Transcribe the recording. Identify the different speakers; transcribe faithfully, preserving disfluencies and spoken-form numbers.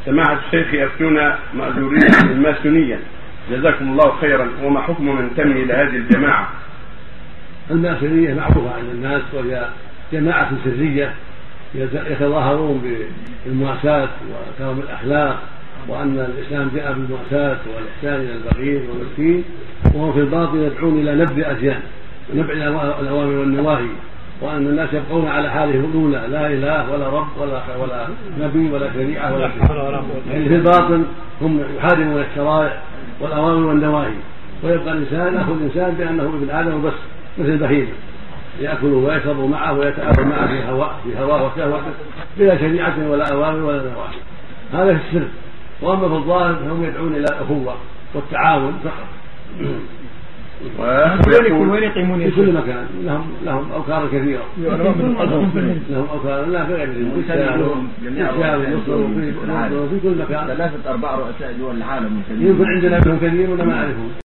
Speaker 1: سماحة الشيخ يفتون مأجورين الماسونية جزاكم الله خيرا، وما حكم من ينتمي إلى هذه الجماعة؟
Speaker 2: الماسونية معروفة عند الناس، وهي جماعة سرية يتظاهرون بالمواساة وكرم الأخلاق، وأن الإسلام جاء بالمواساة والإحسان إلى الفقير والمسكين، وهم في الباطن يدعون إلى نبذ أديان ونبع الأوامر والنواهي، وأن الناس يبقون على حالهم الأولى، لا إله ولا رب ولا ولا نبي ولا شريعة ولا شيء، يعني في الباطن هم يحاربون الشرائع والأوامر والنواهي، ويبقى الإنسان أخو الإنسان بأنه ابن آدم بس مثل البهيمة، يأكل ويشرب معه ويتآمر معه في هواه في هواه وشهوته بلا شريعة ولا أوامر ولا نواهي. هذا في السر، وأما في الظاهر فهم يدعون إلى الأخوة والتعاون فقط.
Speaker 1: وين يقيمون؟
Speaker 2: في كل مكان لهم لهم أوكار كثيرة، لهم أوكار لا في غير الشام وفي كل مكان.
Speaker 3: ثلاثة أرباع رؤساء دول العالم
Speaker 2: يمكن عندنا منهم كثير ولا ما أعرفهم.